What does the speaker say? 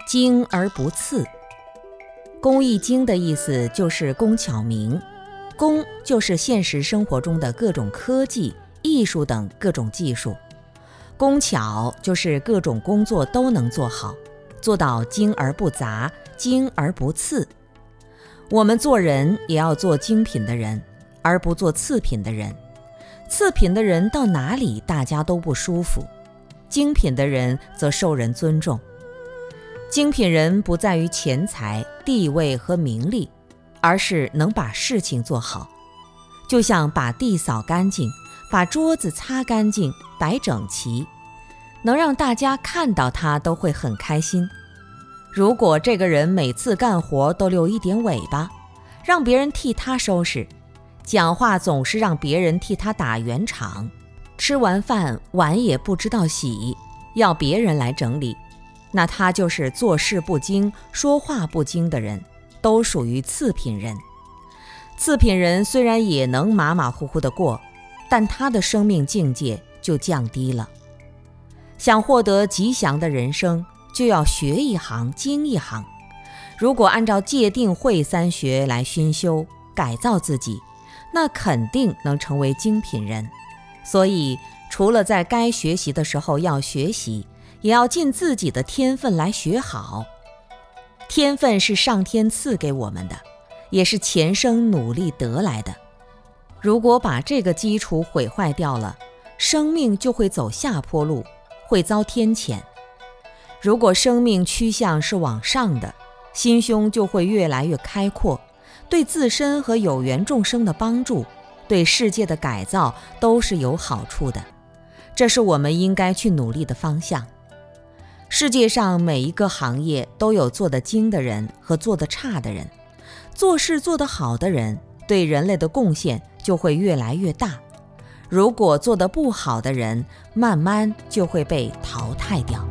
精而不次。工艺精的意思就是工巧明，工就是现实生活中的各种科技、艺术等各种技术，工巧就是各种工作都能做好，做到精而不杂，精而不次。我们做人也要做精品的人，而不做次品的人。次品的人到哪里大家都不舒服，精品的人则受人尊重。精品人不在于钱财、地位和名利，而是能把事情做好。就像把地扫干净，把桌子擦干净，摆整齐，能让大家看到他都会很开心。如果这个人每次干活都留一点尾巴，让别人替他收拾，讲话总是让别人替他打圆场，吃完饭碗也不知道洗，要别人来整理，那他就是做事不精、说话不精的人，都属于次品人。次品人虽然也能马马虎虎地过，但他的生命境界就降低了。想获得吉祥的人生，就要学一行精一行。如果按照戒定慧三学来熏修改造自己，那肯定能成为精品人。所以除了在该学习的时候要学习，也要尽自己的天分来学好。天分是上天赐给我们的，也是前生努力得来的。如果把这个基础毁坏掉了，生命就会走下坡路，会遭天谴。如果生命趋向是往上的，心胸就会越来越开阔，对自身和有缘众生的帮助，对世界的改造都是有好处的。这是我们应该去努力的方向。世界上每一个行业都有做得精的人和做得差的人，做事做得好的人对人类的贡献就会越来越大，如果做得不好的人，慢慢就会被淘汰掉。